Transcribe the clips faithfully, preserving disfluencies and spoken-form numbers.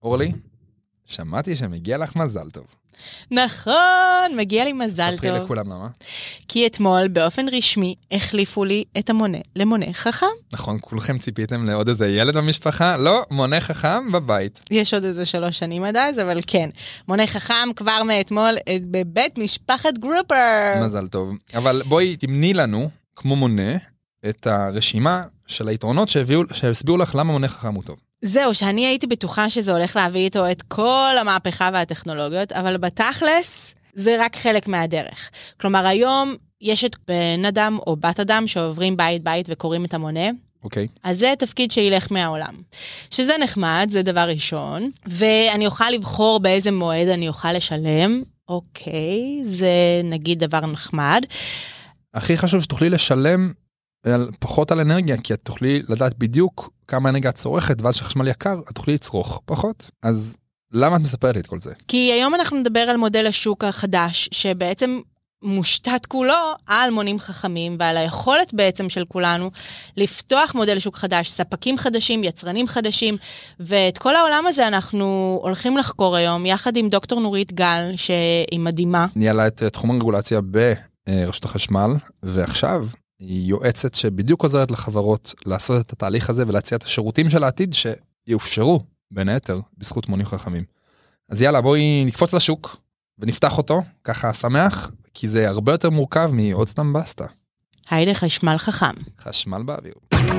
אורלי, שמעתי שמגיע לך מזל טוב. נכון, מגיע לי מזל טוב. ספרי לכולם למה. כי אתמול באופן רשמי החליפו לי את המונה למונה חכם. נכון, כולכם ציפיתם לעוד איזה ילד במשפחה? לא, מונה חכם בבית. יש עוד איזה שלוש שנים עד אז, אבל כן. מונה חכם כבר מאתמול בבית משפחת גרופר. מזל טוב. אבל בואי תמני לנו, כמו מונה, את הרשימה של היתרונות שהביאו, שהסבירו לך למה מונה חכם הוא טוב. זהו, שאני הייתי בטוחה שזה הולך להביא איתו את כל המהפכה והטכנולוגיות, אבל בתכלס זה רק חלק מהדרך. כלומר, היום יש את בן אדם או בת אדם שעוברים בית בית וקוראים את המונה. אוקיי. אז זה תפקיד שילך מהעולם. שזה נחמד, זה דבר ראשון, ואני אוכל לבחור באיזה מועד אני אוכל לשלם. אוקיי, זה נגיד דבר נחמד. הכי חשוב שתוכלי לשלם על, פחות על אנרגיה, כי את תוכלי לדעת בדיוק כמה אנרגיה את צורכת, ואז שחשמל יקר, את תוכלי לצרוך פחות. אז למה את מספרת לי את כל זה? כי היום אנחנו נדבר על מודל השוק החדש, שבעצם מושתת כולו על מונים חכמים, ועל היכולת בעצם של כולנו לפתוח מודל שוק חדש, ספקים חדשים, יצרנים חדשים, ואת כל העולם הזה אנחנו הולכים לחקור היום, יחד עם דוקטור נורית גל, שהיא מדהימה. ניהלה את תחום הרגולציה ברשות החשמל, ועכשיו היא יועצת שבדיוק עוזרת לחברות לעשות את התהליך הזה, ולהציע את השירותים של העתיד שיאופשרו, בין היתר, בזכות מונים חכמים. אז יאללה, בואי נקפוץ לשוק, ונפתח אותו, ככה שמח, כי זה הרבה יותר מורכב מעוד סתם בסטה. היידה חשמל חכם. חשמל באוויר.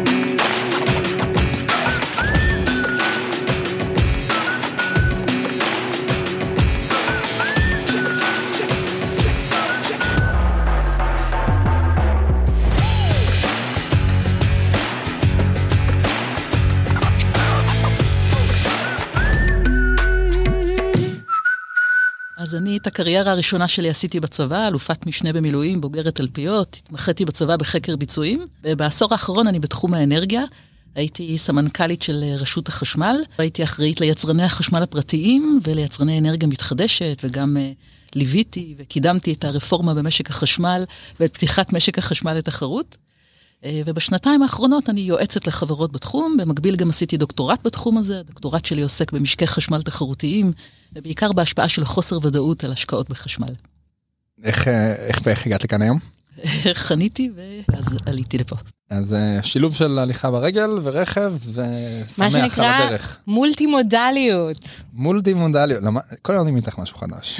אז אני את הקריירה הראשונה שלי עשיתי בצבא, אלופת משנה במילואים, בוגרת תלפיות, התמחיתי בצבא בחקר ביצועים, ובעשור האחרון אני בתחום האנרגיה, הייתי סמנכ"לית של רשות החשמל, הייתי אחראית ליצרני החשמל הפרטיים וליצרני אנרגיה מתחדשת, וגם uh, ליוויתי וקידמתי את הרפורמה במשק החשמל, ואת פתיחת משק החשמל לתחרות. Uh, ובשנתיים האחרונות אני יועצת לחברות בתחום, במקביל גם עשיתי דוקטורט בתחום הזה, הדוקטורט שלי עוסק במשקי חשמל תחרותיים, ובעיקר בהשפעה של חוסר ודאות על השקעות בחשמל. איך, איך ואיך הגעת לכאן היום? חניתי ואז עליתי לפה. אז שילוב של הליכה ברגל ורכב ושמח על הדרך. מה שנקרא מולטי-מודליות. מולטי-מודליות. למה? כל יום אני איתך משהו חדש.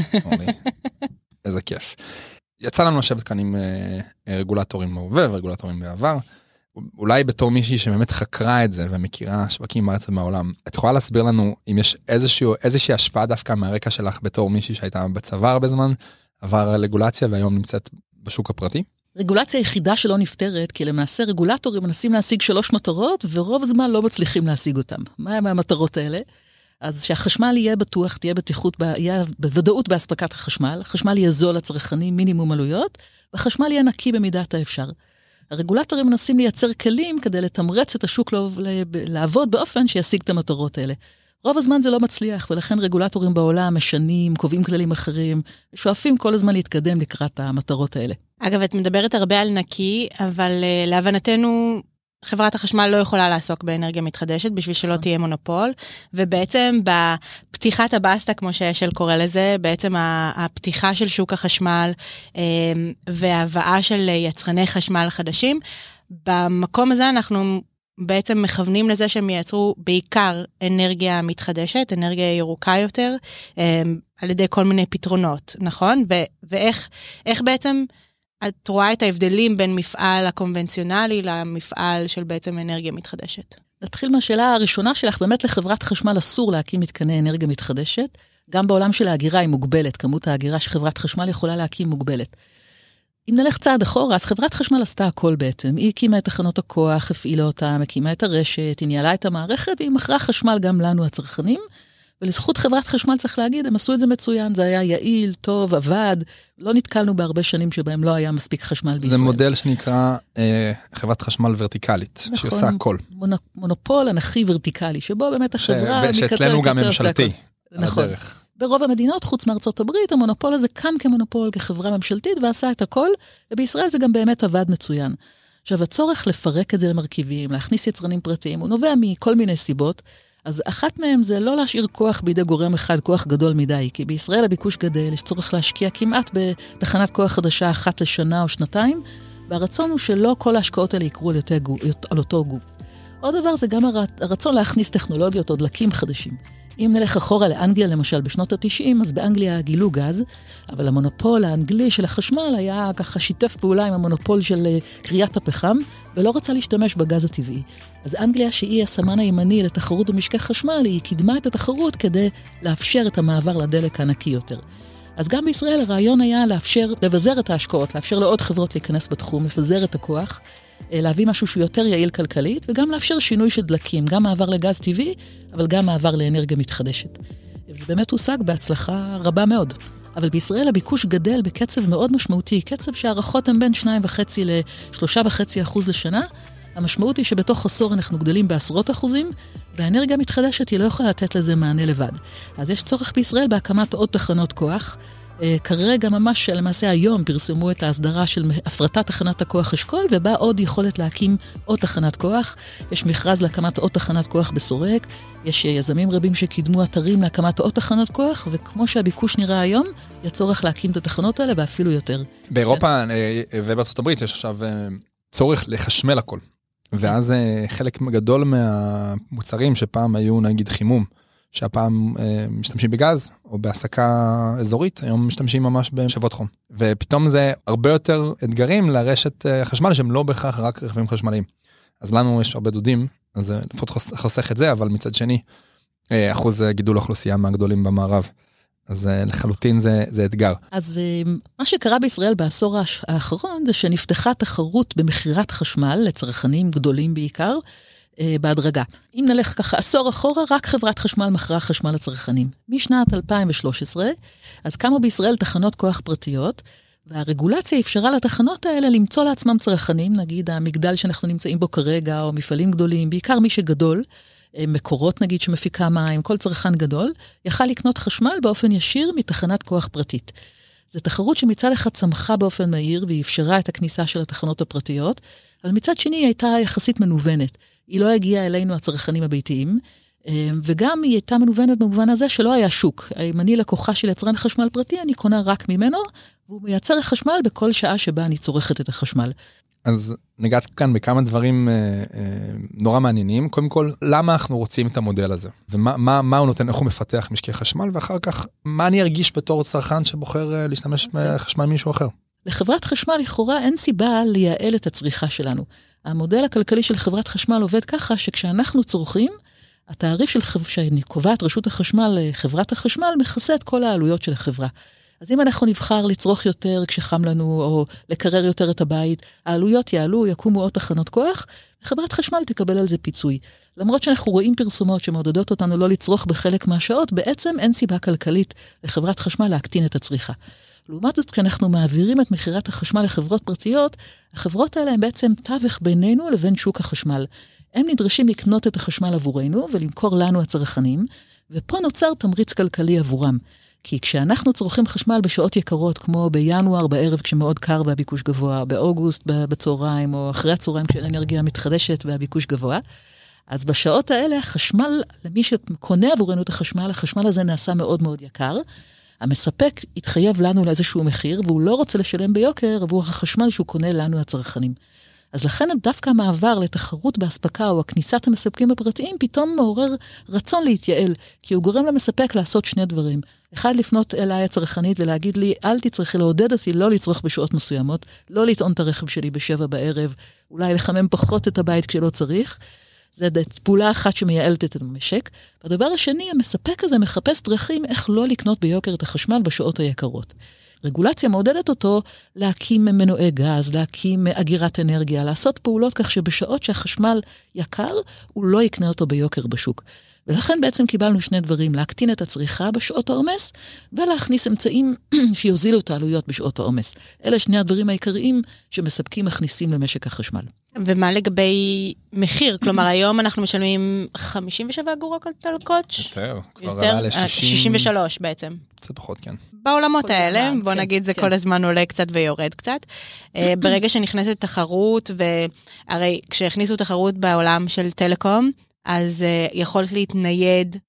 איזה כיף. יצא לנו לשבת כאן עם רגולטורים בהווה ורגולטורים בעבר. אולי בתור מישהי שבאמת חקרה את זה ומכירה שווקים בארץ ומהעולם, את יכולה להסביר לנו אם יש איזשהו, איזושהי השפעה דווקא מהרקע שלך בתור מישהי שהייתה בצבא הרבה זמן, עבר רגולציה והיום נמצאת בשוק הפרטי? רגולציה היחידה שלא נפתרת, כי למעשה רגולטורים מנסים להשיג שלוש מטרות, ורוב הזמן לא מצליחים להשיג אותם. מה הם המטרות האלה? אז שהחשמל יהיה בטוח, תהיה בטיחות, יהיה בוודאות בהספקת החשמל, החשמל יהיה זול לצרכנים, מינימום עלויות, והחשמל יהיה נקי במידת האפשר. הרגולטורים מנסים לייצר כלים כדי לתמרץ את השוק לעבוד באופן שישיג את המטרות האלה. רוב הזמן זה לא מצליח, ולכן רגולטורים בעולם משנים, קובעים כללים אחרים, שואפים כל הזמן להתקדם לקראת המטרות האלה. אגב, את מדברת הרבה על נקי, אבל uh, להבנתנו חברת החשמל לא יכולה לעסוק באנרגיה מתחדשת, בשביל שלא תהיה מונופול, ובעצם בפתיחת הבאסטה, כמו שהשל קורא לזה, בעצם הפתיחה של שוק החשמל, וההבאה של יצרני חשמל חדשים, במקום הזה אנחנו בעצם מכוונים לזה שהם ייצרו בעיקר אנרגיה מתחדשת, אנרגיה ירוקה יותר, על ידי כל מיני פתרונות, נכון? ואיך, איך בעצם את רואה את ההבדלים בין מפעל הקונבנציונלי למפעל של בעצם אנרגיה מתחדשת? נתחיל מהשאלה הראשונה שלך, באמת לחברת חשמל אסור להקים מתקני אנרגיה מתחדשת, גם בעולם של ההגירה היא מוגבלת, כמות ההגירה שחברת חשמל יכולה להקים מוגבלת. אם נלך צעד אחורה, אז חברת חשמל עשתה הכל בעצם, היא הקימה את תחנות הכוח, הפעילה אותם, הקימה את הרשת, היא ניהלה את המערכת, והיא מכרה חשמל גם לנו הצרכנים, ולזכות חברת חשמל צריך להגיד, הם עשו את זה מצוין, זה היה יעיל, טוב, עבד, לא נתקלנו בהרבה שנים שבהם לא היה מספיק חשמל בישראל. זה מודל שנקרא אה, חברת חשמל ורטיקלית, נכון, שעושה הכל. מונ, מונופול אנכי ורטיקלי, שבו באמת החברה... ש... שאצלנו גם ממשלתי, נכון. הדרך. ברוב המדינות, חוץ מארצות הברית, המונופול הזה קם כמונופול, כחברה ממשלתית, ועשה את הכל, ובישראל זה גם באמת עבד מצוין. עכשיו, הצורך לפרק את זה למרכיבים, להכניס יצרנים פרטיים, הוא נובע מכל מיני סיבות, אז אחת מהם זה לא להשאיר כוח בידי גורם אחד, כוח גדול מדי, כי בישראל הביקוש גדל, יש צורך להשקיע כמעט בתחנת כוח חדשה אחת לשנה או שנתיים, והרצון הוא שלא כל ההשקעות האלה יקרו על, על אותו גוף. עוד דבר זה גם הרצון להכניס טכנולוגיות או דלקים חדשים. אם נלך אחורה לאנגליה למשל בשנות ה-תשעים, אז באנגליה גילו גז, אבל המונופול האנגלי של החשמל היה ככה שיתף פעולה עם המונופול של קריאת הפחם, ולא רצה להשתמש בגז הטבעי. אז אנגליה, שהיא הסמן הימני לתחרות במשקי חשמל, היא קידמה את התחרות כדי לאפשר את המעבר לדלק הנקי יותר. אז גם בישראל הרעיון היה לאפשר, לבזר את ההשקעות, לאפשר לעוד חברות להיכנס בתחום, לפזר את הכוח, להביא משהו שהוא יותר יעיל כלכלית, וגם לאפשר שינוי של דלקים, גם מעבר לגז טבעי, אבל גם מעבר לאנרגיה מתחדשת. זה באמת הושג בהצלחה רבה מאוד. אבל בישראל הביקוש גדל בקצב מאוד משמעותי, קצב שהערכות הן בין שניים וחצי לשלושה וחצי אחוז לשנה. המשמעות היא שבתוך עשור אנחנו גדלים בעשרות אחוזים, והאנרגיה המתחדשת היא לא יכולה לתת לזה מענה לבד. אז יש צורך בישראל בהקמת עוד תחנות כוח, כרגע ממש למעשה היום פרסמו את ההסדרה של הפרטת תחנת הכוח אשכול, ובה עוד יכולת להקים עוד תחנת כוח. יש מכרז להקמת עוד תחנת כוח בסורק, יש יזמים רבים שקידמו אתרים להקמת עוד תחנות כוח, וכמו שהביקוש נראה היום, יש צורך להקים את התחנות האלה ואפילו יותר. באירופה ובארצות הברית יש עכשיו צורך לחשמל הכל, ואז חלק גדול מהמוצרים שפעם היו נגיד חימום, שהפעם אה, משתמשים בגז, או בהסקה אזורית, היום משתמשים ממש בשבות חום. ופתאום זה הרבה יותר אתגרים לרשת אה, חשמל, שהם לא בהכרח רק רכבים חשמליים. אז לנו יש הרבה דודים, אז לפחות חוס, חוסך את זה, אבל מצד שני, אה, אחוז גידול האוכלוסייה מהגדולים במערב. אז אה, לחלוטין זה, זה אתגר. אז אה, מה שקרה בישראל בעשור האחרון, זה שנפתחה תחרות במחירת חשמל, לצרכנים גדולים בעיקר, בהדרגה. אם נלך ככה עשור אחורה, רק חברת חשמל מכרה חשמל לצרכנים. משנת אלפיים ושלוש עשרה, אז קמו בישראל תחנות כוח פרטיות, והרגולציה אפשרה לתחנות האלה למצוא לעצמם צרכנים, נגיד המגדל שאנחנו נמצאים בו כרגע, או מפעלים גדולים, בעיקר מי שגדול, מקורות נגיד שמפיקה מים, כל צרכן גדול, יכל לקנות חשמל באופן ישיר מתחנת כוח פרטית. זו תחרות שמצד אחד צמחה באופן מהיר, והיא אפשרה את הכניסה של התחנות הפרטיות, אבל מצד שני היא הייתה יחסית מנוונת. היא לא הגיעה אלינו הצרכנים הביתיים, וגם היא הייתה מנוונת במובן הזה שלא היה שוק. אם אני לקוחה של יצרן חשמל פרטי, אני קונה רק ממנו, והוא מייצר חשמל בכל שעה שבה אני צורכת את החשמל. אז נגעת כאן בכמה דברים נורא מעניינים. קודם כל, למה אנחנו רוצים את המודל הזה? ומה מה, מה הוא נותן, איך הוא מפתח משקי חשמל, ואחר כך, מה אני ארגיש בתור צרכן שבוחר להשתמש בחשמל מישהו אחר? לחברת חשמל לכאורה אין סיבה לייעל את הצריכה שלנו. המודל הכלכלי של חברת חשמל עובד ככה שכשאנחנו צורכים, התעריף של חב... שקובעת רשות החשמל לחברת החשמל מכסה את כל העלויות של החברה. אז אם אנחנו נבחר לצרוך יותר כשחם לנו, או לקרר יותר את הבית, העלויות יעלו, יקומו עוד תחנות כוח, חברת חשמל תקבל על זה פיצוי. למרות שאנחנו רואים פרסומות שמעודדות אותנו לא לצרוך בחלק מהשעות, בעצם אין סיבה כלכלית לחברת חשמל להקטין את הצריכה. לעומת זאת, כשאנחנו מעבירים את מחירת החשמל לחברות פרטיות, החברות האלה הן בעצם תווך בינינו לבין שוק החשמל. הם נדרשים לקנות את החשמל עבורנו ולמכור לנו הצרכנים, ופה נוצר תמריץ כלכלי עבורם. כי כשאנחנו צורכים חשמל בשעות יקרות, כמו בינואר בערב כשמאוד קר והביקוש גבוה, באוגוסט בצהריים, או אחרי הצהריים כשאין אנרגיה מתחדשת והביקוש גבוה, אז בשעות האלה החשמל, למי שקונה עבורנו את החשמל, החשמל הזה נעשה מאוד מאוד יקר, המספק התחייב לנו לאיזשהו מחיר, והוא לא רוצה לשלם ביוקר עבור החשמל שהוא קונה לנו הצרכנים. אז לכן דווקא המעבר לתחרות בהספקה או הכניסת המספקים הפרטיים פתאום מעורר רצון להתייעל, כי הוא גורם למספק לעשות שני דברים. אחד, לפנות אליי הצרכנית ולהגיד לי, אל תצריכי לעודד אותי לא לצרוך בשעות מסוימות, לא לטעון את הרכב שלי בשבע בערב, אולי לחמם פחות את הבית כשלא צריך. זה פעולה אחת שמייעלת את המשק. והדבר השני, המספק הזה מחפש דרכים איך לא לקנות ביוקר את החשמל בשעות היקרות. רגולציה מעודדת אותו להקים מנועי גז, להקים אגירת אנרגיה, לעשות פעולות כך שבשעות שהחשמל יקר, הוא לא יקנה אותו ביוקר בשוק. ולכן בעצם קיבלנו שני דברים, להקטין את הצריכה בשעות העומס, ולהכניס אמצעים שיוזילו את העלויות בשעות העומס. אלה שני הדברים העיקריים שמספקים מכניסים למשק החשמל. ומה לגבי מחיר? כלומר, היום אנחנו משלמים חמישים ושבע אגורות על קוטש? יותר, כבר עלה ל-שישים. שישים ושלוש בעצם. קצת פחות, כן. בעולמות האלה, בוא נגיד, זה כל הזמן עולה קצת ויורד קצת. ברגע שנכנסת תחרות, והרי כשהכניסו תחרות בעולם של טלקום, אז uh, יכולת להתנייד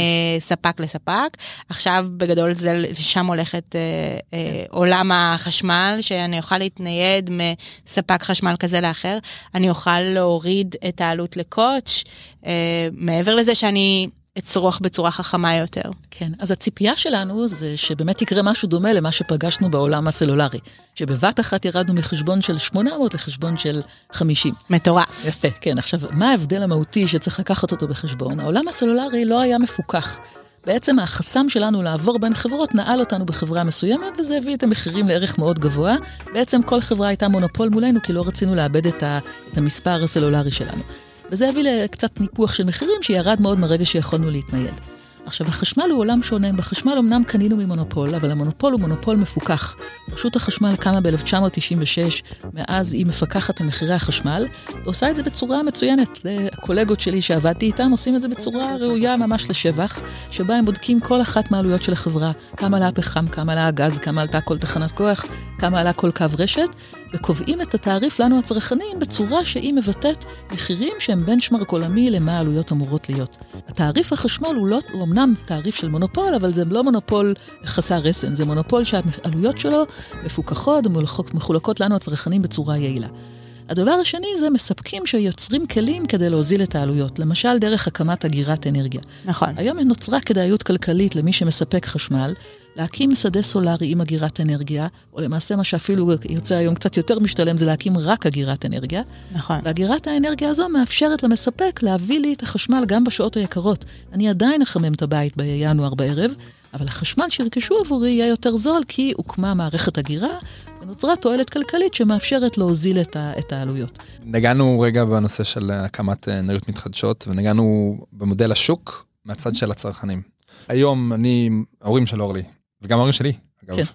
מספק לספק. עכשיו בגדול זה שם הולכת uh, uh, עולם החשמל, שאני אוכל להתנייד מספק חשמל כזה לאחר. אני אוכל להוריד את העלות לקוץ', uh, מעבר לזה שאני אצרוך בצורה חכמה יותר. כן, אז הציפייה שלנו זה שבאמת יקרה משהו דומה למה שפגשנו בעולם הסלולרי, שבבת אחת ירדנו מחשבון של שמונה מאות לחשבון של חמישים. מטורף. יפה, כן. עכשיו, מה ההבדל המהותי שצריך לקחת אותו בחשבון? העולם הסלולרי לא היה מפוקח. בעצם החסם שלנו לעבור בין חברות נעל אותנו בחברה מסוימת, וזה הביא את המחירים לערך מאוד גבוה. בעצם כל חברה הייתה מונופול מולנו, כי לא רצינו לאבד את, ה, את המספר הסלולרי שלנו. וזה הביא לקצת ניפוח של מחירים שירד מאוד מרגע שיכולנו להתנייד. עכשיו, החשמל הוא עולם שונה. בחשמל אמנם קנינו ממונופול, אבל המונופול הוא מונופול מפוקח. רשות החשמל קמה ב-אלף תשע מאות תשעים ושש, מאז היא מפקחת על מחירי החשמל, ועושה את זה בצורה מצוינת. הקולגות שלי שעבדתי איתם עושים את זה בצורה ראויה ממש לשבח, שבה הם בודקים כל אחת מהעלויות של החברה, כמה עלה הפחם, כמה עלה הגז, כמה עלתה כל תחנת כוח, כמה עלה כל קו רשת, וקובעים את התעריף לנו הצרכנים בצורה שהיא מבטאת מחירים שהם בנצ'מרק עולמי למה העלויות אמורות להיות. התעריף החשמל הוא, לא, הוא אמנם תעריף של מונופול, אבל זה לא מונופול חסר רסן, זה מונופול שהעלויות שלו מפוקחות ומחולקות לנו הצרכנים בצורה יעילה. הדבר השני זה מספקים שיוצרים כלים כדי להוזיל את העלויות, למשל דרך הקמת אגירת אנרגיה. נכון. היום נוצרה כדאיות כלכלית למי שמספק חשמל, להקים שדה סולרי עם אגירת אנרגיה, או למעשה מה שאפילו יוצא היום קצת יותר משתלם, זה להקים רק אגירת אנרגיה. נכון. ואגירת האנרגיה הזו מאפשרת למספק להביא לי את החשמל גם בשעות היקרות. אני עדיין אחמם את הבית בינואר בערב, אבל החשמל שירכשו עבורי יהיה יותר זול, כי הוקמה מערכת אגירה, ונוצרה תועלת כלכלית שמאפשרת להוזיל את, ה- את העלויות. נגענו רגע בנושא של הקמת אנרגיות מתחדשות, ונגענו במודל השוק מהצד של הצרכנים. היום אני, ההורים של אורלי, וגם ההורים שלי, אגב, כן.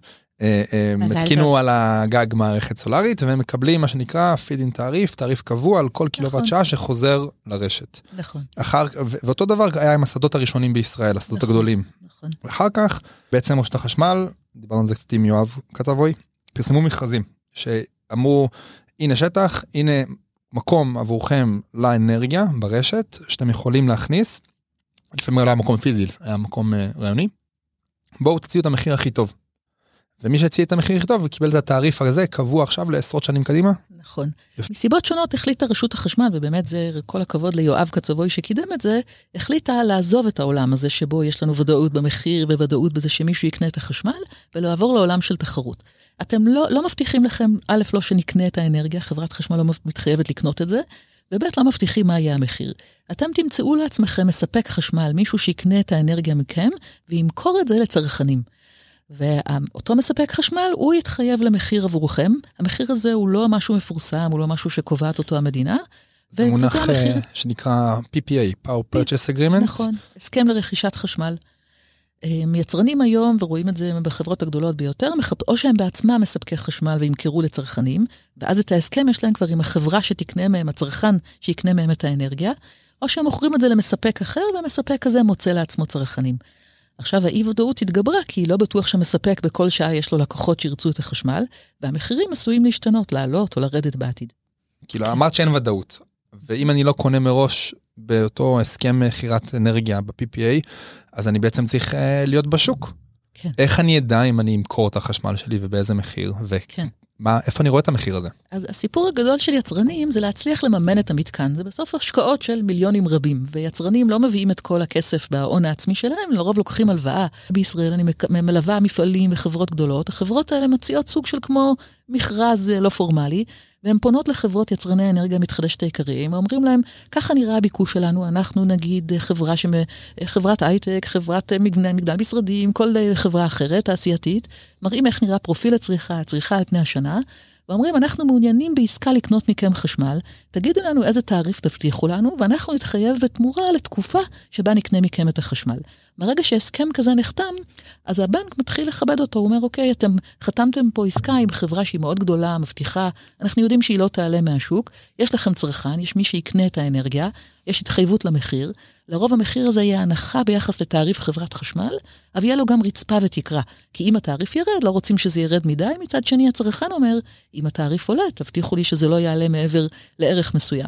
מתקינו על הגג מערכת סולרית, והם מקבלים מה שנקרא פיד-אין תעריף, תעריף קבוע על כל קילוואט שעה שחוזר לרשת. נכון. אחר, ואותו דבר היה עם השדות הראשונים בישראל, השדות הגדולים. נכון. ואחר כך, בעצם רשות החשמל, דיברנו על זה קצת עם יואב קצבוי, פרסמו מכרזים, שאמרו, הנה שטח, הנה מקום עבורכם לאנרגיה ברשת, שאתם יכולים להכניס, לפעמים היה מקום פיזי, היה מקום רעיוני, בואו תציעו את המחיר הכי טוב. ומי שהציע את המחיר הכי טוב, וקיבל את התעריף הזה, קבוע עכשיו לעשרות שנים קדימה. נכון. מסיבות שונות החליטה רשות החשמל, ובאמת זה כל הכבוד ליואב קצבוי שקידם את זה, החליטה לעזוב את העולם הזה, שבו יש לנו ודאות במחיר, וודאות בזה שמישהו יקנה את החשמל, ולעבור לעולם של תחרות. אתם לא, לא מבטיחים לכם, א', לא שנקנה את האנרגיה, חברת חשמל לא מתחייבת לקנות את זה, וב' לא מבטיחים מה יהיה המחיר. אתם תמצאו לעצמכם מספק חשמל, מישהו שיקנה את האנרגיה מכם, וימכור את זה לצרכנים. ואותו מספק חשמל, הוא יתחייב למחיר עבורכם. המחיר הזה הוא לא משהו מפורסם, הוא לא משהו שקובעת אותו המדינה. זה מונח המחיר... שנקרא פי פי איי, Power Purchase Agreement. נכון, הסכם לרכישת חשמל. יצרנים היום, ורואים את זה בחברות הגדולות ביותר, או שהם בעצמם מספקי חשמל וימכרו לצרכנים, ואז את ההסכם יש להם כבר עם החברה שתקנה מהם, הצרכן שיקנה מהם את האנרגיה, או שהם מוכרים את זה למספק אחר, והמספק הזה מוצא לעצמו צרכנים. עכשיו, האי-ודאות התגברה, כי לא בטוח שמספק בכל שעה יש לו לקוחות שירצו את החשמל, והמחירים עשויים להשתנות, לעלות או לרדת בעתיד. כאילו, אמרת שאין ודאות, ואם אני לא קונה מראש באותו הסכם מחירת אנרגיה ב-פי פי איי, אז אני בעצם צריך להיות בשוק. כן. איך אני אדע אם אני אמכור את החשמל שלי ובאיזה מחיר, כן. ומה, איפה אני רואה את המחיר הזה? אז הסיפור הגדול של יצרנים זה להצליח לממן את המתקן, זה בסוף השקעות של מיליונים רבים, ויצרנים לא מביאים את כל הכסף בהון העצמי שלהם, לרוב לוקחים הלוואה. בישראל אני מלווה מפעלים וחברות גדולות, החברות האלה מציעות סוג של כמו מכרז לא פורמלי, והן פונות לחברות יצרני האנרגיה המתחדשת העיקריים, ואומרים להם, ככה נראה הביקוש שלנו, אנחנו נגיד חברה שמ... חברת הייטק, חברת מגדל משרדים, כל חברה אחרת, תעשייתית, מראים איך נראה פרופיל הצריכה, הצריכה על פני השנה, ואומרים, אנחנו מעוניינים בעסקה לקנות מכם חשמל, תגידו לנו איזה תעריף תבטיחו לנו, ואנחנו נתחייב בתמורה לתקופה שבה נקנה מכם את החשמל. ברגע שהסכם כזה נחתם, אז הבנק מתחיל לכבד אותו, הוא אומר, אוקיי, אתם חתמתם פה עסקה עם חברה שהיא מאוד גדולה, מבטיחה, אנחנו יודעים שהיא לא תעלה מהשוק, יש לכם צרכן, יש מי שיקנה את האנרגיה, יש התחייבות למחיר, לרוב המחיר הזה יהיה הנחה ביחס לתעריף חברת חשמל, אבל יהיה לו גם רצפה ותקרה, כי אם התעריף ירד, לא רוצים שזה ירד מדי, מצד שני הצרכן אומר, אם התעריף עולה, תבטיחו לי שזה לא יעלה מעבר לערך מסוים.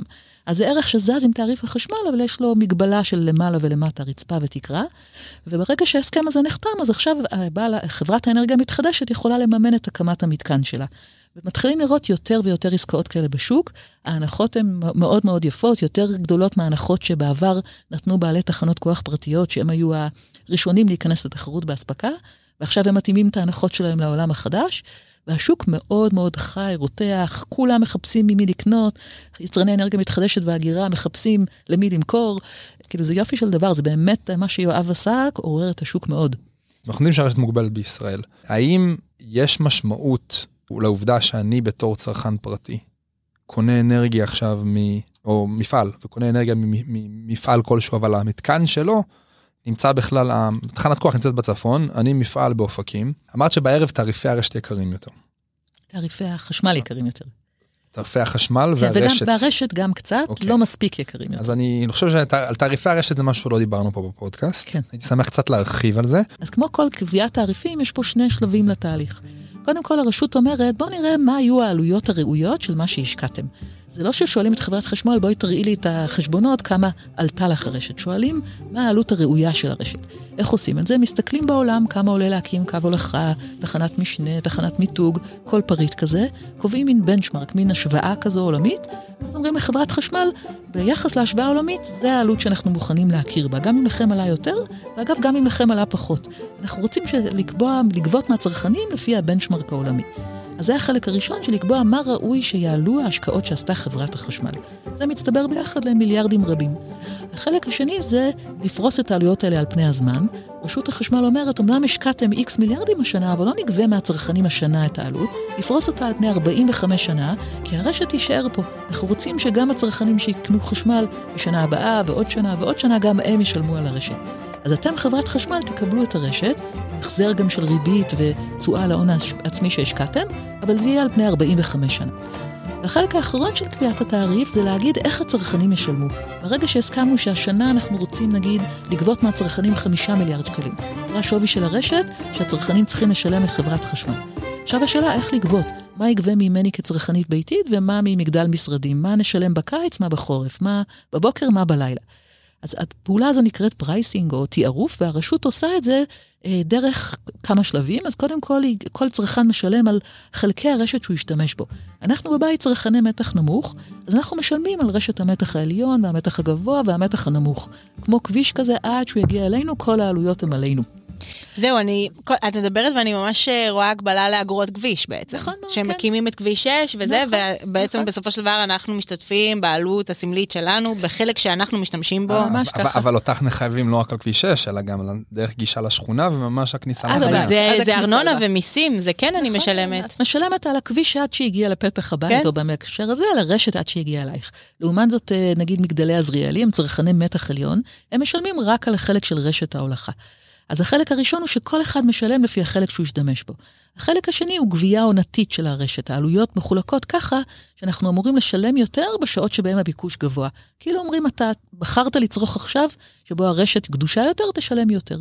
אז זה ערך שזז עם תעריף החשמל, אבל יש לו מגבלה של למעלה ולמטה, רצפה ותקרה, וברגע שההסכם הזה נחתם, אז עכשיו חברת האנרגיה המתחדשת יכולה לממן את הקמת המתקן שלה. ומתחילים לראות יותר ויותר עסקאות כאלה בשוק, ההנחות הן מאוד מאוד יפות, יותר גדולות מההנחות שבעבר נתנו בעלי תחנות כוח פרטיות, שהם היו הראשונים להיכנס לתחרות בהספקה, ועכשיו הם מתאימים את ההנחות שלהם לעולם החדש, והשוק מאוד מאוד חי, רותח, כולם מחפשים ממי לקנות, יצרני אנרגיה מתחדשת והגירה מחפשים למי למכור, כאילו זה יופי של דבר, זה באמת מה שיואב עשה, עורר את השוק מאוד. אנחנו יודעים שהרשת מוגבלת בישראל. האם יש משמעות לעובדה שאני בתור צרכן פרטי, קונה אנרגיה עכשיו מ... או מפעל, וקונה אנרגיה ממפעל כלשהו, אבל המתקן שלו נמצא בכלל, תחנת כוח נמצאת בצפון, אני מפעל באופקים. אמרת שבערב תעריפי הרשת יקרים יותר. תעריפי החשמל יקרים יותר. תעריפי החשמל והרשת. וגם והרשת גם קצת, לא מספיק יקרים יותר. אז אני חושב שעל תעריפי הרשת זה משהו שלא דיברנו פה בפודקאסט. כן. הייתי שמח קצת להרחיב על זה. אז כמו כל קביעת תעריפים, יש פה שני שלבים לתהליך. קודם כל הרשות אומרת, בואו נראה מה היו העלויות הראויות של מה שהשקעתם. זה לא ששואלים את חברת חשמל, בואי תראי לי את החשבונות, כמה עלתה לך הרשת. שואלים מה העלות הראויה של הרשת. איך עושים את זה? מסתכלים בעולם כמה עולה להקים קו הולכה, תחנת משנה, תחנת מיתוג, כל פריט כזה, קובעים מין בנצ'מרק, מין השוואה כזו עולמית, אז אומרים לחברת חשמל, ביחס להשוואה העולמית, זה העלות שאנחנו מוכנים להכיר בה, גם אם לכם עלה יותר, ואגב גם אם לכם עלה פחות. אנחנו רוצים לקבוע, לגבות מהצרכנים לפי הבנצ'מרק העולמי. אז זה החלק הראשון של לקבוע מה ראוי שיעלו ההשקעות שעשתה חברת החשמל. זה מצטבר ביחד למיליארדים רבים. החלק השני זה לפרוס את העלויות האלה על פני הזמן. רשות החשמל אומרת, אמנם השקעתם איקס מיליארדים השנה, אבל לא נגבה מהצרכנים השנה את העלות, לפרוס אותה על פני ארבעים וחמש שנה, כי הרשת תישאר פה. אנחנו רוצים שגם הצרכנים שיקנו חשמל בשנה הבאה ועוד שנה ועוד שנה, גם הם ישלמו על הרשת. אז אתם חברת חשמל תקבלו את הרשת, מחזר גם של ריבית ותשואה להון העצמי שהשקעתם, אבל זה יהיה על פני ארבעים וחמש שנה. והחלק האחרון של קביעת התעריף זה להגיד איך הצרכנים ישלמו. ברגע שהסכמנו שהשנה אנחנו רוצים נגיד לגבות מהצרכנים חמישה מיליארד שקלים. זה השווי של הרשת שהצרכנים צריכים לשלם לחברת חשמל. עכשיו השאלה איך לגבות, מה יגבה ממני כצרכנית ביתית ומה ממגדל משרדים, מה נשלם בקיץ, מה בחורף, מה בבוקר, מה בלילה. אז הפעולה הזו נקראת פרייסינג או תיערוף, והרשות עושה את זה אה, דרך כמה שלבים. אז קודם כל, כל צרכן משלם על חלקי הרשת שהוא ישתמש בו. אנחנו בבית צרכני מתח נמוך, אז אנחנו משלמים על רשת המתח העליון והמתח הגבוה והמתח הנמוך. כמו כביש כזה, עד שהוא יגיע אלינו, כל העלויות הן עלינו. זהו, אני, את מדברת ואני ממש רואה הגבלה לאגרות כביש בעצם. נכון, כן. שמקימים את כביש שש וזה, נכון, ובעצם נכון. בסופו של דבר אנחנו משתתפים בעלות הסמלית שלנו, בחלק שאנחנו משתמשים בו, ממש אבל, ככה. אבל אותך נחייבים לא רק על כביש שש, אלא גם על דרך גישה לשכונה, וממש הכניסה. אבל זה, זה, זה ארנונה ומיסים, זה כן נכון, אני משלמת. את משלמת על הכביש עד שהגיע לפתח הבית, כן? או במקשר הזה, על הרשת עד שהגיע אלייך. לעומת זאת, נגיד מגדלי עזריאלי, הם צרכני מתח עליון, הם משלמים רק על החלק של רשת ההולכה. אז החלק הראשון הוא שכל אחד משלם לפי החלק שהוא ישתמש בו. החלק השני הוא גבייה עונתית של הרשת. העלויות מחולקות ככה שאנחנו אמורים לשלם יותר בשעות שבהם הביקוש גבוה. כאילו אומרים, אתה בחרת לצרוך עכשיו, שבו הרשת קדושה יותר, תשלם יותר.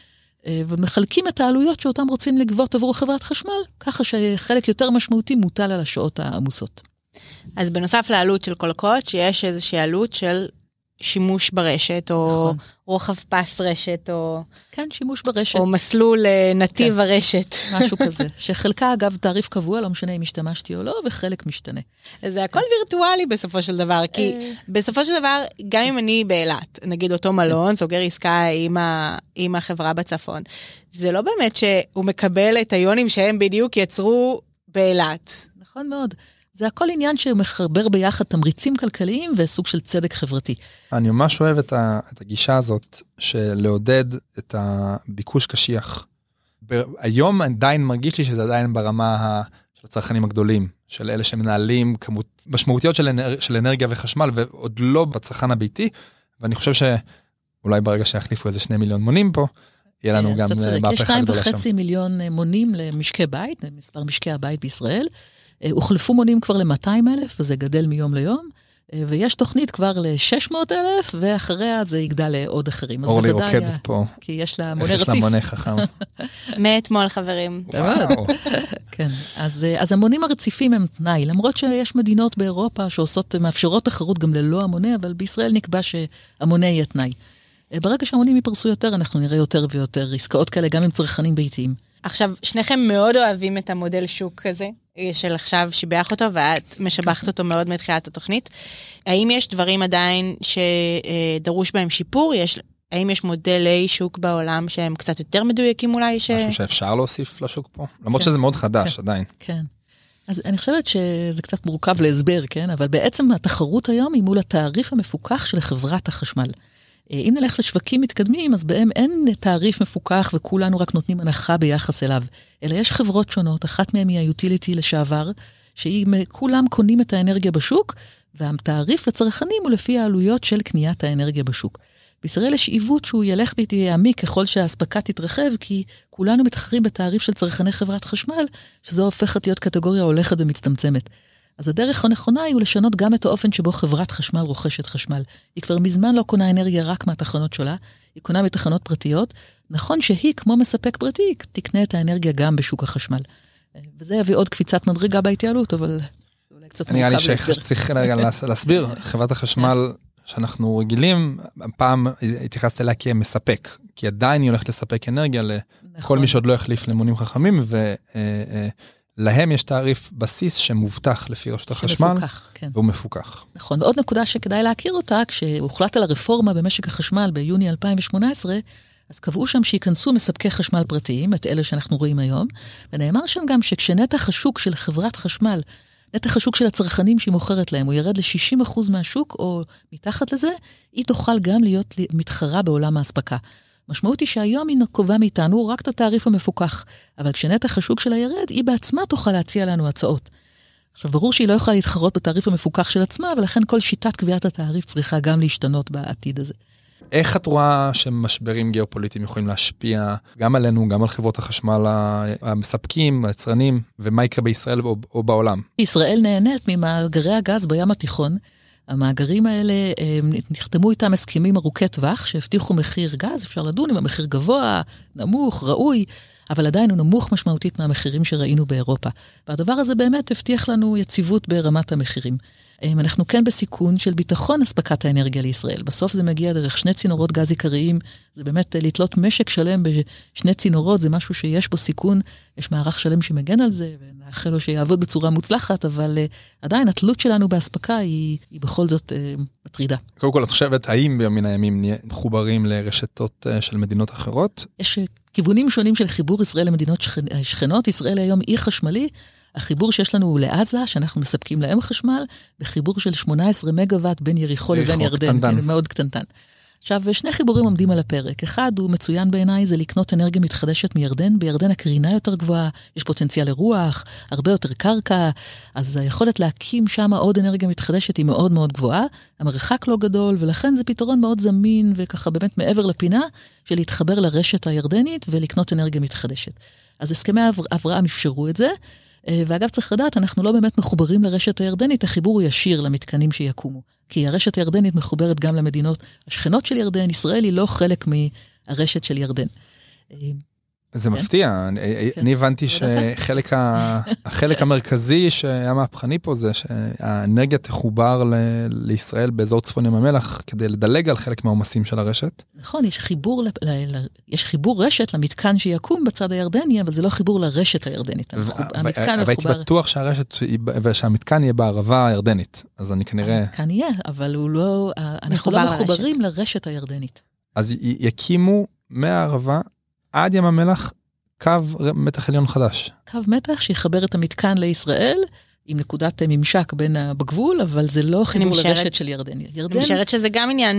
ומחלקים את העלויות שאותם רוצים לגבות עבור חברת חשמל, ככה שחלק יותר משמעותי מוטל על השעות העמוסות. אז בנוסף לעלות של כל קוד, שיש איזושהי עלות של שימוש ברשת, או נכון. רוחב פס רשת, או... כן, שימוש ברשת. או מסלול נתיב כן. הרשת. משהו כזה. שחלקה, אגב, תעריף קבוע, לא משנה אם השתמשתי או לא, וחלק משתנה. זה הכל וירטואלי בסופו של דבר, כי בסופו של דבר, גם אם אני באילת, נגיד אותו מלון, סוגר עסקה עם, ה... עם החברה בצפון, זה לא באמת שהוא מקבל את היונים שהם בדיוק יצרו באילת. נכון מאוד. זה הכל עניין שמחבר ביחד תמריצים כלכליים וסוג של צדק חברתי. אני ממש אוהב את, ה, את הגישה הזאת של לעודד את הביקוש קשיח. ב- היום עדיין מרגיש לי שזה עדיין ברמה ה, של הצרכנים הגדולים, של אלה שמנהלים כמות משמעותיות של, אנר, של אנרגיה וחשמל, ועוד לא בצרכן הביתי, ואני חושב שאולי ברגע שיחליפו איזה שני מיליון מונים פה, יהיה לנו גם מהפכה גדולה שם. יש שניים וחצי מיליון מונים למשקי בית, מספר משקי הבית בישראל, הוחלפו מונים כבר ל-מאתיים אלף, וזה גדל מיום ליום. ויש תוכנית כבר ל-שש מאות אלף, ואחריה זה יגדל לעוד אחרים. אורלי רוקדת פה. כי יש לה מונה רציף. יש לה מונה חכם. מאתמול חברים. וואו. כן, אז, אז המונים הרציפים הם תנאי, למרות שיש מדינות באירופה שעושות, מאפשרות תחרות גם ללא המונה, אבל בישראל נקבע שהמונה יהיה תנאי. ברגע שהמונים ייפרסו יותר, אנחנו נראה יותר ויותר עסקאות כאלה, גם עם צרכנים ביתיים. עכשיו, שניכם מאוד אוהבים את המודל שוק הזה, של עכשיו שיבח אותו, ואת משבחת אותו מאוד מתחילת התוכנית. האם יש דברים עדיין שדרוש בהם שיפור? יש, האם יש מודלי שוק בעולם שהם קצת יותר מדויקים אולי? ש... משהו שאפשר להוסיף לשוק פה? למרות שזה מאוד חדש עדיין. כן. אז אני חושבת שזה קצת מורכב להסבר, כן? אבל בעצם התחרות היום היא מול התעריף המפוקח של חברת החשמל. אם נלך לשווקים מתקדמים, אז בהם אין תעריף מפוקח וכולנו רק נותנים הנחה ביחס אליו, אלא יש חברות שונות, אחת מהן היא היוטיליטי לשעבר, שכולם קונים את האנרגיה בשוק, והתעריף לצרכנים הוא לפי העלויות של קניית האנרגיה בשוק. בישראל יש עיוות שהוא ילך ויעמיק ככל שההספקה תתרחב, כי כולנו מתחרים בתעריף של צרכני חברת חשמל, שזו הופכת להיות קטגוריה הולכת ומצטמצמת. אז הדרך הנכונה היא לשנות גם את האופן שבו חברת חשמל רוכשת חשמל. היא כבר מזמן לא קונה אנרגיה רק מהתחנות שלה, היא קונה מתחנות פרטיות. נכון שהיא, כמו מספק פרטי, תקנה את האנרגיה גם בשוק החשמל. וזה יביא עוד קפיצת מדרגה בהתייעלות, אבל אולי קצת מורכב להסביר. נראה לי שצריך רגע להסביר. חברת החשמל שאנחנו רגילים, פעם התייחסת אליה כמספק, כי עדיין היא הולכת לספק אנרגיה לכל מי שעוד לא יחליף למונים חכמים, ו... להם יש תעריף בסיס שמובטח לפי רשות החשמל, שמפוקח, כן. והוא מפוקח. נכון, ועוד נקודה שכדאי להכיר אותה, כשהוחלט על הרפורמה במשק החשמל ביוני אלפיים שמונה עשרה, אז קבעו שם שיכנסו מספקי חשמל פרטיים, את אלה שאנחנו רואים היום, ונאמר שם גם שכשנתח השוק של חברת חשמל, נתח השוק של הצרכנים שהיא מוכרת להם, הוא ירד ל-שישים אחוז מהשוק, או מתחת לזה, היא תוכל גם להיות מתחרה בעולם ההספקה. משמעות היא שהיום היא קובעה מאיתנו רק את התעריף המפוקח, אבל כשנתח השוק שלה ירד, היא בעצמה תוכל להציע לנו הצעות. עכשיו, ברור שהיא לא יכולה להתחרות בתעריף המפוקח של עצמה, ולכן כל שיטת קביעת התעריף צריכה גם להשתנות בעתיד הזה. איך את רואה שמשברים גיאופוליטיים יכולים להשפיע גם עלינו, גם על חברות החשמל המספקים, היצרנים, ומה יקרה בישראל או, או בעולם? ישראל נהנית ממאגרי הגז בים התיכון, המאגרים האלה, נחתמו איתם הסכמים ארוכי טווח, שהבטיחו מחיר גז, אפשר לדון עם המחיר גבוה, נמוך, ראוי, אבל עדיין הוא נמוך משמעותית מהמחירים שראינו באירופה. והדבר הזה באמת הבטיח לנו יציבות ברמת המחירים. אנחנו כן בסיכון של ביטחון הספקת האנרגיה לישראל. בסוף זה מגיע דרך שני צינורות גז עיקריים, זה באמת לתלות משק שלם בשני צינורות, זה משהו שיש בו סיכון, יש מערך שלם שמגן על זה, ונאחל לו שיעבוד בצורה מוצלחת, אבל עדיין התלות שלנו בהספקה היא, היא בכל זאת מטרידה. קודם כל, את חושבת, האם בימים הימים נהיה מחוברים לרשתות של מדינות אחרות? יש כיוונים שונים של חיבור ישראל למדינות שכנות. ישראל היום אי חשמלי, החיבור שיש לנו הוא לעזה, שאנחנו מספקים להם חשמל, בחיבור של שמונה עשרה מגוואט בין יריחו לבין ירדן, כן, מאוד קטנטן. עכשיו, שני חיבורים עומדים על הפרק. אחד, הוא מצוין בעיניי, זה לקנות אנרגיה מתחדשת מירדן. בירדן הקרינה יותר גבוהה, יש פוטנציאל לרוח, הרבה יותר קרקע, אז היכולת להקים שם עוד אנרגיה מתחדשת היא מאוד מאוד גבוהה, המרחק לא גדול, ולכן זה פתרון מאוד זמין, וככה באמת מעבר לפינה, של להתחבר לרשת הירדנית ולקנות אנרגיה מתחדשת. אז הסכמי אברהם אפשרו את זה, ואגב צריך לדעת, אנחנו לא באמת מחוברים לרשת הירדנית, החיבור הוא ישיר למתקנים שיקומו. כי הרשת הירדנית מחוברת גם למדינות השכנות של ירדן, ישראל היא לא חלק מהרשת של ירדן. זה מפתיע, אני הבנתי שהחלק המרכזי שהיה מהפכני פה זה שהאנרגיה תחובר לישראל באזור צפון ים המלח, כדי לדלג על חלק מהעומסים של הרשת. נכון, יש חיבור, יש חיבור רשת למתקן שיקום בצד הירדני, אבל זה לא חיבור לרשת הירדנית. והייתי בטוח שהרשת ושהמתקן יהיה בערבה הירדנית, אז אני כנראה... המתקן יהיה, אבל הוא לא, אנחנו לא מחוברים לרשת הירדנית. אז יקימו מהערבה עד ים המלח, קו מתח עליון חדש. קו מתח שיחבר את המתקן לישראל, עם נקודת ממשק בין בגבול, אבל זה לא חיבור לרשת של ירדן. אני משערת שזה גם עניין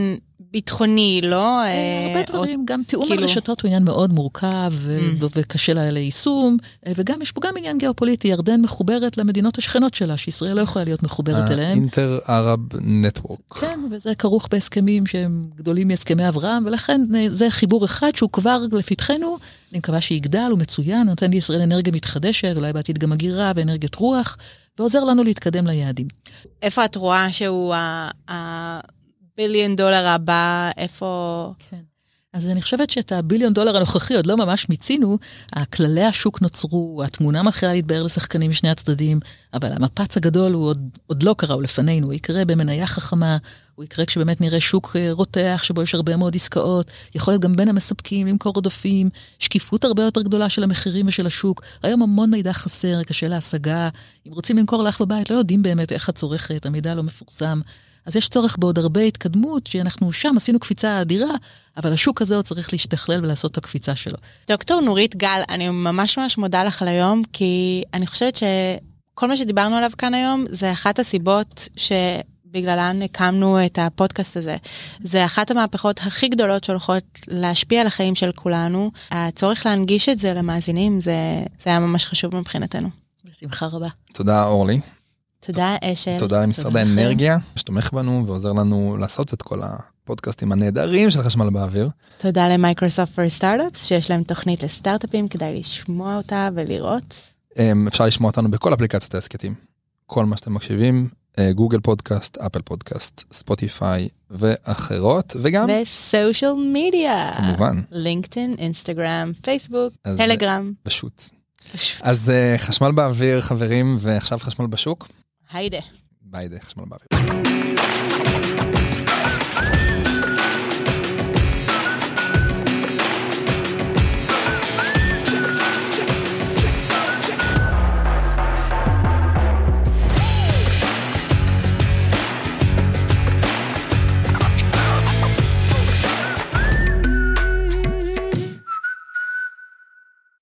ביטחוני, לא? הרבה דברים, גם תיאום על רשתות הוא עניין מאוד מורכב וקשה לה ליישום, וגם יש פה גם עניין גיאופוליטי, ירדן מחוברת למדינות השכנות שלה, שישראל לא יכולה להיות מחוברת אליהם. אינטר-ערב נטוורק. כן, וזה כרוך בהסכמים שהם גדולים מהסכמי אברהם, ולכן זה חיבור אחד שהוא כבר לפתחנו, אני מקווה שיגדל, הוא מצוין, נותן לישראל אנרגיה מתחדשת, אולי בעתיד גם הגירה ואנרגיית רוח, ועוזר לנו להתקדם ליעדים. איפה את רואה שהוא הביליון דולר הבא, איפה... כן. אז אני חושבת שאת הביליון דולר הנוכחי עוד לא ממש מיצינו, הכללי השוק נוצרו, התמונה מתחילה להתבהר לשחקנים משני הצדדים, אבל המפץ הגדול הוא עוד, עוד לא קרה, הוא לפנינו, הוא יקרה במניה חכמה, הוא יקרה כשבאמת נראה שוק רותח, שבו יש הרבה מאוד עסקאות, יכול להיות גם בין המספקים, למכור עודפים, שקיפות הרבה יותר גדולה של המחירים ושל השוק, היום המון מידע חסר, קשה להשגה, אם רוצים למכור לך בבית, לא יודעים באמת איך את צורכת, המידע לא מפורסם, אז יש צורך בעוד הרבה התקדמות, שאנחנו שם עשינו קפיצה אדירה, אבל השוק הזה עוד צריך להשתכלל ולעשות את הקפיצה שלו. דוקטור נורית גל, אני ממש ממש מודה לך ליום, כי אני חושבת שכל מה שדיברנו עליו כאן היום, זה אחת הסיבות שבגללן הקמנו את הפודקאסט הזה. זה אחת המהפכות הכי גדולות שהולכות להשפיע על החיים של כולנו. הצורך להנגיש את זה למאזינים, זה, זה היה ממש חשוב מבחינתנו. בשמחה רבה. תודה אורלי. תודה אשל. תודה למשרד האנרגיה, שתומך בנו ועוזר לנו לעשות את כל הפודקאסטים הנהדרים של חשמל באוויר. תודה למייקרוסופט פור סטארט-אפס, שיש להם תוכנית לסטארט-אפים, כדאי לשמוע אותה ולראות. אפשר לשמוע אותנו בכל אפליקציות העסקתים. כל מה שאתם מקשיבים, גוגל פודקאסט, אפל פודקאסט, ספוטיפיי ואחרות, וגם... וסושיאל מדיה. כמובן. לינקדאין, אינסטגרם, פייסבוק, טלגרם. פשוט. אז חשמל באוויר, חברים, ועכשיו חשמל בשוק. היידה. ביידה, חשמל באוויר.